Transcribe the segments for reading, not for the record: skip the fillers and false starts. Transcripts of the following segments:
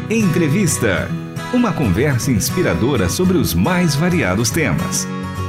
Entrevista. Uma conversa inspiradora sobre os mais variados temas.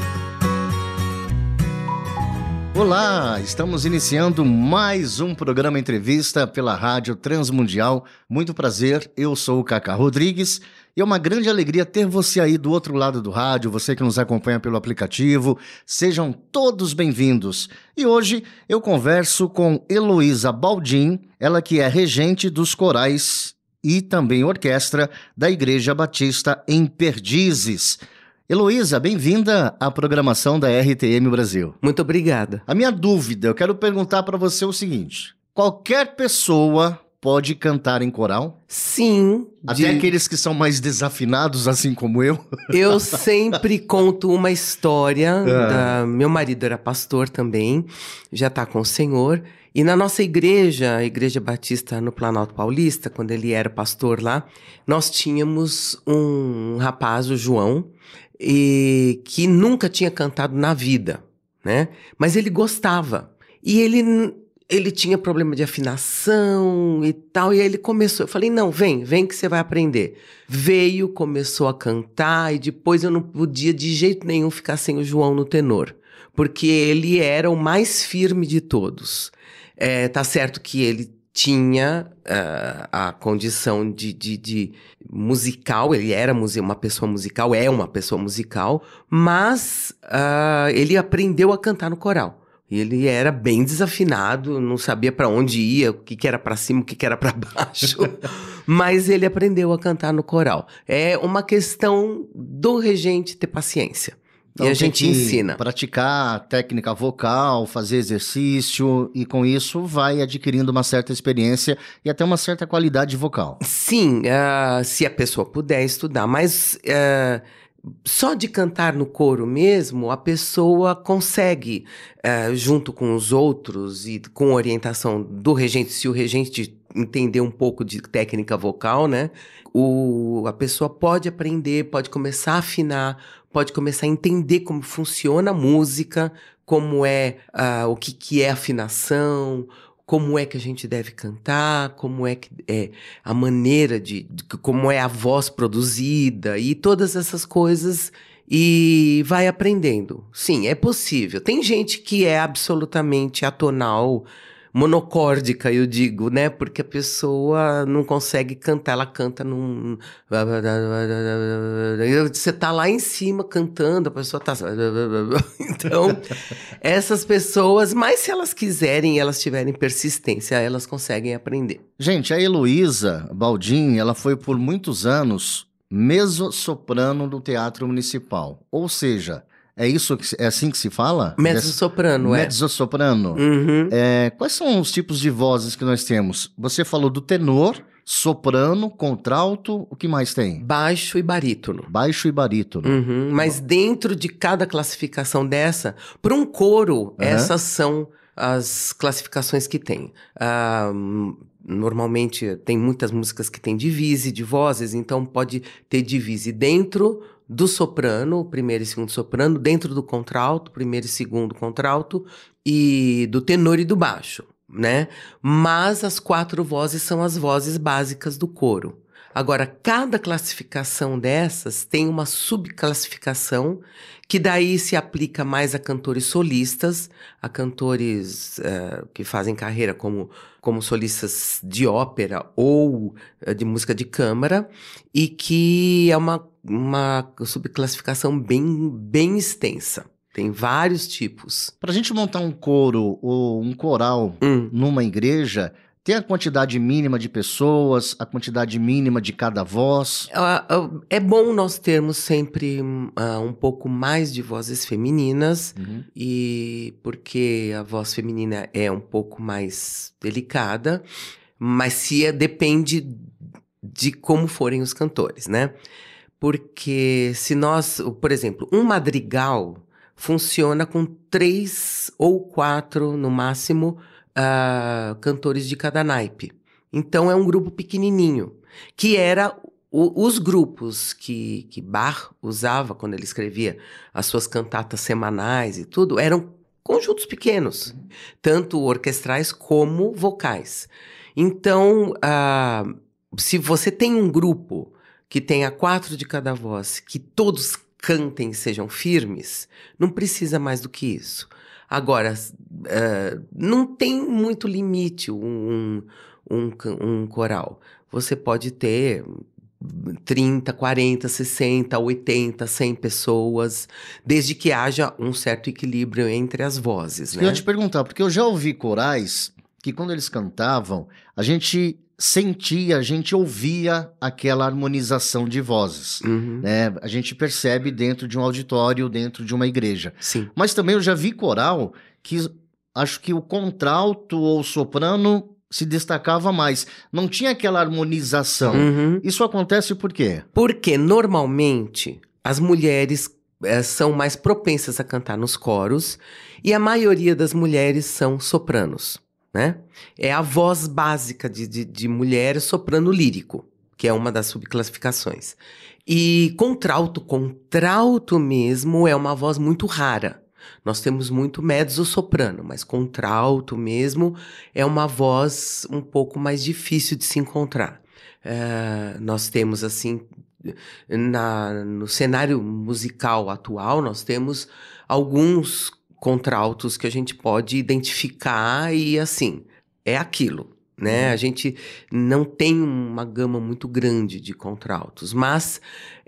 Olá, estamos iniciando mais um programa Entrevista pela Rádio Transmundial. Muito prazer, eu sou o Cacá Rodrigues e é uma grande alegria ter você aí do outro lado do rádio, você que nos acompanha pelo aplicativo. Sejam todos bem-vindos. E hoje eu converso com Heloísa Baldin, ela que é regente dos corais e também orquestra da Igreja Batista em Perdizes. Heloísa, bem-vinda à programação da RTM Brasil. Muito obrigada. A minha dúvida, eu quero perguntar para você o seguinte: qualquer pessoa pode cantar em coral? Sim. Até aqueles que são mais desafinados, assim como eu? Eu sempre conto uma história. Meu marido era pastor também, já está com o Senhor. E na nossa igreja, a Igreja Batista no Planalto Paulista, quando ele era pastor lá, nós tínhamos um rapaz, o João, que nunca tinha cantado na vida, né? Mas ele gostava. E ele tinha problema de afinação e tal, e aí ele começou. Eu falei, não, vem que você vai aprender. Veio, começou a cantar, e depois eu não podia de jeito nenhum ficar sem o João no tenor, porque ele era o mais firme de todos. Tá certo que ele tinha a condição de musical, ele era uma pessoa musical, é uma pessoa musical, mas ele aprendeu a cantar no coral. E ele era bem desafinado, não sabia para onde ia, o que era para cima, o que era para baixo, mas ele aprendeu a cantar no coral. É uma questão do regente ter paciência. Então, e a gente ensina. Praticar técnica vocal, fazer exercício, e com isso vai adquirindo uma certa experiência e até uma certa qualidade vocal. Sim, se a pessoa puder estudar, mas só de cantar no coro mesmo, a pessoa consegue, junto com os outros e com orientação do regente, se o regente entender um pouco de técnica vocal, né? A pessoa pode aprender, pode começar a afinar, pode começar a entender como funciona a música, como é o que é afinação, como é que a gente deve cantar, como é que é a maneira como é a voz produzida e todas essas coisas, e vai aprendendo. Sim, é possível. Tem gente que é absolutamente atonal, monocórdica, eu digo, né? Porque a pessoa não consegue cantar, ela canta num... Você tá lá em cima cantando, a pessoa tá... Então, essas pessoas, mas se elas quiserem, elas tiverem persistência, elas conseguem aprender. Gente, a Heloísa Baldin, ela foi por muitos anos mezzo-soprano do Teatro Municipal. Ou seja... É assim que se fala? Mezzo-soprano, Mezzo-soprano. Uhum. Quais são os tipos de vozes que nós temos? Você falou do tenor, soprano, contralto, o que mais tem? Baixo e barítono. Baixo e barítono. Uhum. Mas dentro de cada classificação dessa, para um coro, essas são as classificações que tem. Normalmente tem muitas músicas que tem divise de vozes, então pode ter divise dentro do soprano, primeiro e segundo soprano, dentro do contralto, primeiro e segundo contralto, e do tenor e do baixo, né? Mas as 4 vozes são as vozes básicas do coro. Agora, cada classificação dessas tem uma subclassificação que daí se aplica mais a cantores solistas, a cantores que fazem carreira como solistas de ópera ou de música de câmara, e que é uma subclassificação bem extensa. Tem vários tipos. Para a gente montar um coro ou um coral numa igreja, tem a quantidade mínima de pessoas, a quantidade mínima de cada voz? É bom nós termos sempre um pouco mais de vozes femininas, e porque a voz feminina é um pouco mais delicada, mas depende de como forem os cantores, né? Porque se nós, por exemplo, um madrigal funciona com 3 ou 4, no máximo, cantores de cada naipe. Então é um grupo pequenininho, que era os grupos que Bach usava quando ele escrevia as suas cantatas semanais e tudo, eram conjuntos pequenos, tanto orquestrais como vocais. Então, se você tem um grupo que tenha 4 de cada voz, que todos cantem e sejam firmes, não precisa mais do que isso. Agora, não tem muito limite um coral. Você pode ter 30, 40, 60, 80, 100 pessoas, desde que haja um certo equilíbrio entre as vozes, né? Eu ia te perguntar, porque eu já ouvi corais que quando eles cantavam, a gente sentia, a gente ouvia aquela harmonização de vozes, né? A gente percebe dentro de um auditório, dentro de uma igreja. Sim. Mas também eu já vi coral que acho que o contralto ou o soprano se destacava mais. Não tinha aquela harmonização. Isso acontece por quê? Porque normalmente as mulheres são mais propensas a cantar nos coros e a maioria das mulheres são sopranos, né? É a voz básica de mulher soprano lírico, que é uma das subclassificações. E contralto mesmo é uma voz muito rara. Nós temos muito mezzo-soprano, mas contralto mesmo é uma voz um pouco mais difícil de se encontrar. Nós temos, assim, no cenário musical atual, nós temos alguns contraltos que a gente pode identificar e, assim, é aquilo, né? A gente não tem uma gama muito grande de contraltos, mas,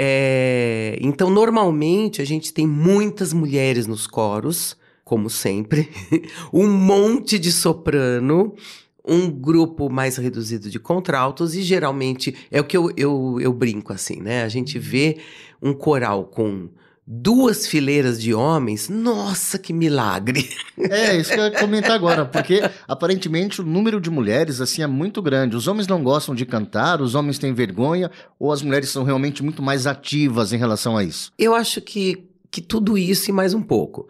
então, normalmente, a gente tem muitas mulheres nos coros, como sempre, um monte de soprano, um grupo mais reduzido de contraltos e, geralmente, é o que eu brinco, assim, né? A gente vê um coral com 2 fileiras de homens, nossa, que milagre! Isso que eu ia comentar agora, porque aparentemente o número de mulheres assim é muito grande. Os homens não gostam de cantar, os homens têm vergonha, ou as mulheres são realmente muito mais ativas em relação a isso? Eu acho que tudo isso e mais um pouco.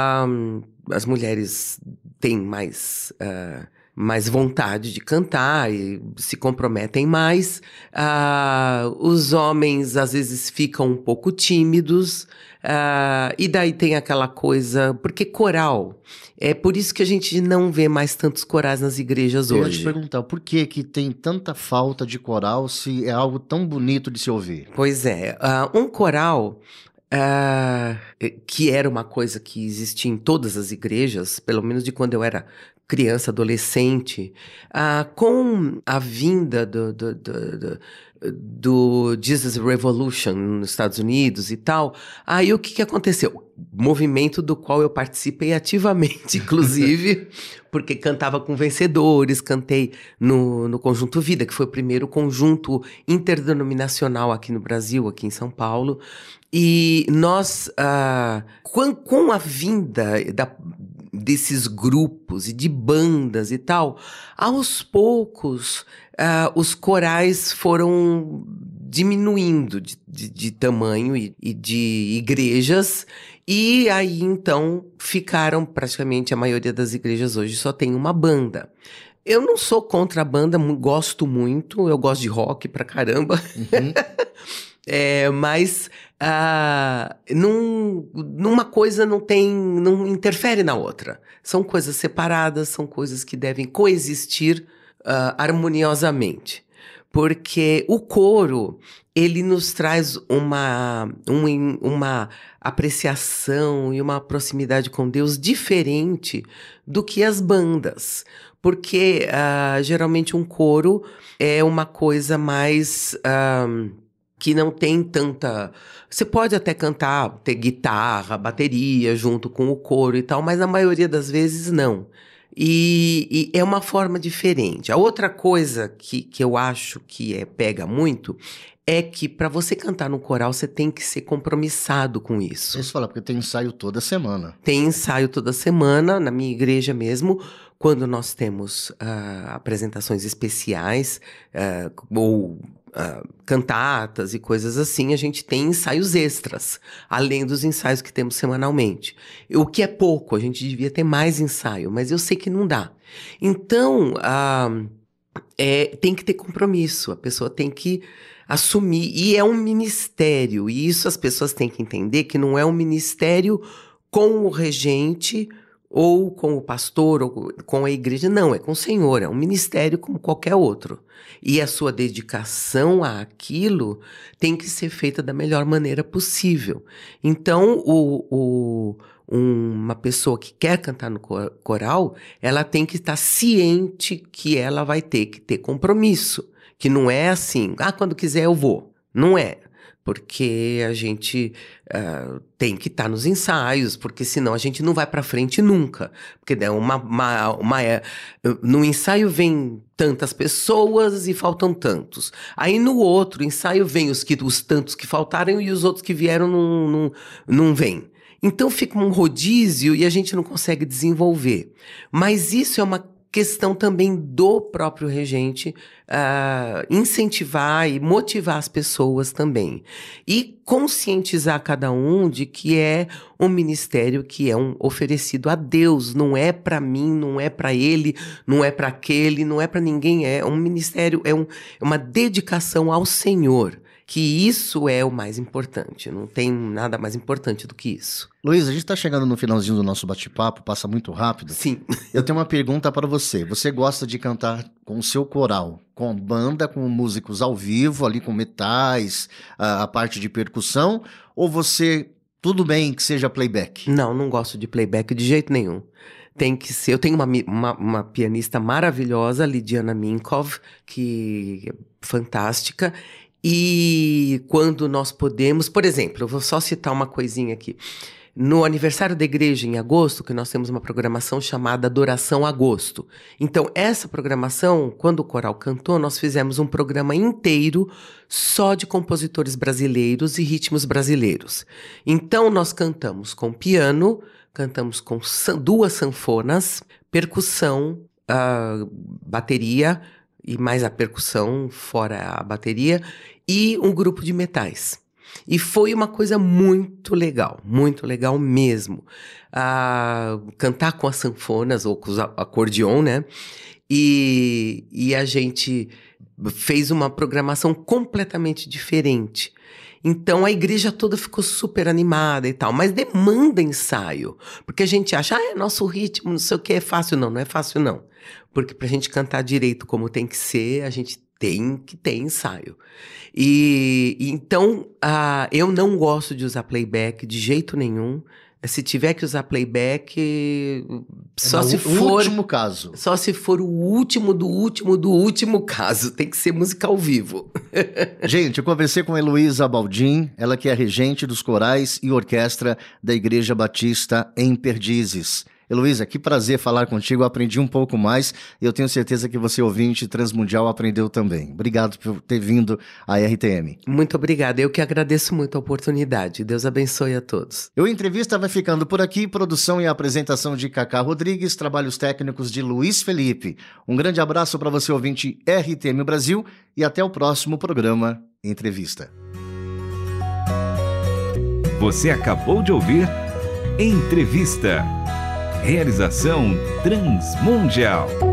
As mulheres têm mais vontade de cantar e se comprometem mais. Os homens, às vezes, ficam um pouco tímidos. E daí tem aquela coisa... Porque coral... É por isso que a gente não vê mais tantos corais nas igrejas hoje. Eu ia te perguntar, por que tem tanta falta de coral se é algo tão bonito de se ouvir? Pois é. Um coral... que era uma coisa que existia em todas as igrejas, pelo menos de quando eu era criança, adolescente, com a vinda do Jesus Revolution nos Estados Unidos e tal, aí o que aconteceu? Movimento do qual eu participei ativamente, inclusive, porque cantava com vencedores, cantei no Conjunto Vida, que foi o primeiro conjunto interdenominacional aqui no Brasil, aqui em São Paulo, e nós, com a vinda desses grupos e de bandas e tal, aos poucos os corais foram diminuindo de tamanho e de igrejas, e aí então ficaram praticamente a maioria das igrejas hoje só tem uma banda. Eu não sou contra a banda, gosto muito, eu gosto de rock pra caramba. Mas numa coisa não interfere na outra. São coisas separadas, são coisas que devem coexistir harmoniosamente. Porque o coro, ele nos traz uma apreciação e uma proximidade com Deus diferente do que as bandas. Porque geralmente um coro é uma coisa mais... que não tem tanta... Você pode até cantar, ter guitarra, bateria junto com o coro e tal, mas na maioria das vezes não. E é uma forma diferente. A outra coisa que eu acho que pega muito é que para você cantar no coral, você tem que ser compromissado com isso. Você fala, porque tem ensaio toda semana. Tem ensaio toda semana, na minha igreja mesmo, quando nós temos apresentações especiais ou cantatas e coisas assim, a gente tem ensaios extras, além dos ensaios que temos semanalmente. O que é pouco, a gente devia ter mais ensaio, mas eu sei que não dá. Então, tem que ter compromisso, a pessoa tem que assumir, e é um ministério, e isso as pessoas têm que entender, que não é um ministério com o regente ou com o pastor, ou com a igreja. Não, é com o Senhor, é um ministério como qualquer outro. E a sua dedicação àquilo tem que ser feita da melhor maneira possível. Então, uma pessoa que quer cantar no coral, ela tem que estar ciente que ela vai ter que ter compromisso. Que não é assim, quando quiser eu vou. Não é. Porque a gente tem que estar nos ensaios, porque senão a gente não vai para frente nunca. Porque no ensaio vem tantas pessoas e faltam tantos. Aí no outro ensaio vem os tantos que faltaram e os outros que vieram não vêm. Então fica um rodízio e a gente não consegue desenvolver. Mas isso é uma questão também do próprio regente incentivar e motivar as pessoas também. E conscientizar cada um de que é um ministério que é oferecido a Deus. Não é para mim, não é para ele, não é para aquele, não é para ninguém. É um ministério, é uma dedicação ao Senhor. Que isso é o mais importante, não tem nada mais importante do que isso. Luiz, a gente está chegando no finalzinho do nosso bate-papo, passa muito rápido. Sim. Eu tenho uma pergunta para você. Você gosta de cantar com o seu coral, com banda, com músicos ao vivo, ali com metais, a parte de percussão, ou você, tudo bem que seja playback? Não gosto de playback de jeito nenhum. Tem que ser. Eu tenho uma pianista maravilhosa, Lidiana Minkov, que é fantástica. E quando nós podemos, por exemplo, eu vou só citar uma coisinha aqui. No aniversário da igreja, em agosto, que nós temos uma programação chamada Adoração Agosto. Então, essa programação, quando o coral cantou, nós fizemos um programa inteiro só de compositores brasileiros e ritmos brasileiros. Então, nós cantamos com piano, cantamos com 2 sanfonas, percussão, bateria, e mais a percussão, fora a bateria, e um grupo de metais. E foi uma coisa muito legal mesmo. Cantar com as sanfonas, ou com os acordeon, né? E a gente fez uma programação completamente diferente. Então a igreja toda ficou super animada e tal, mas demanda ensaio, porque a gente acha, é nosso ritmo, não sei o que, é fácil. Não é fácil não, porque pra gente cantar direito como tem que ser, a gente tem que ter ensaio. E então eu não gosto de usar playback de jeito nenhum. Se tiver que usar playback, só se for... último caso. Só se for o último do último caso. Tem que ser música ao vivo. Gente, eu conversei com a Heloísa Baldin, ela que é regente dos corais e orquestra da Igreja Batista em Perdizes. Heloísa, que prazer falar contigo, eu aprendi um pouco mais e eu tenho certeza que você, ouvinte Transmundial, aprendeu também. Obrigado por ter vindo à RTM. Muito obrigada, eu que agradeço muito a oportunidade. Deus abençoe a todos. A entrevista vai ficando por aqui, produção e apresentação de Cacá Rodrigues, trabalhos técnicos de Luiz Felipe. Um grande abraço para você, ouvinte RTM Brasil, e até o próximo programa Entrevista. Você acabou de ouvir Entrevista. Realização Transmundial.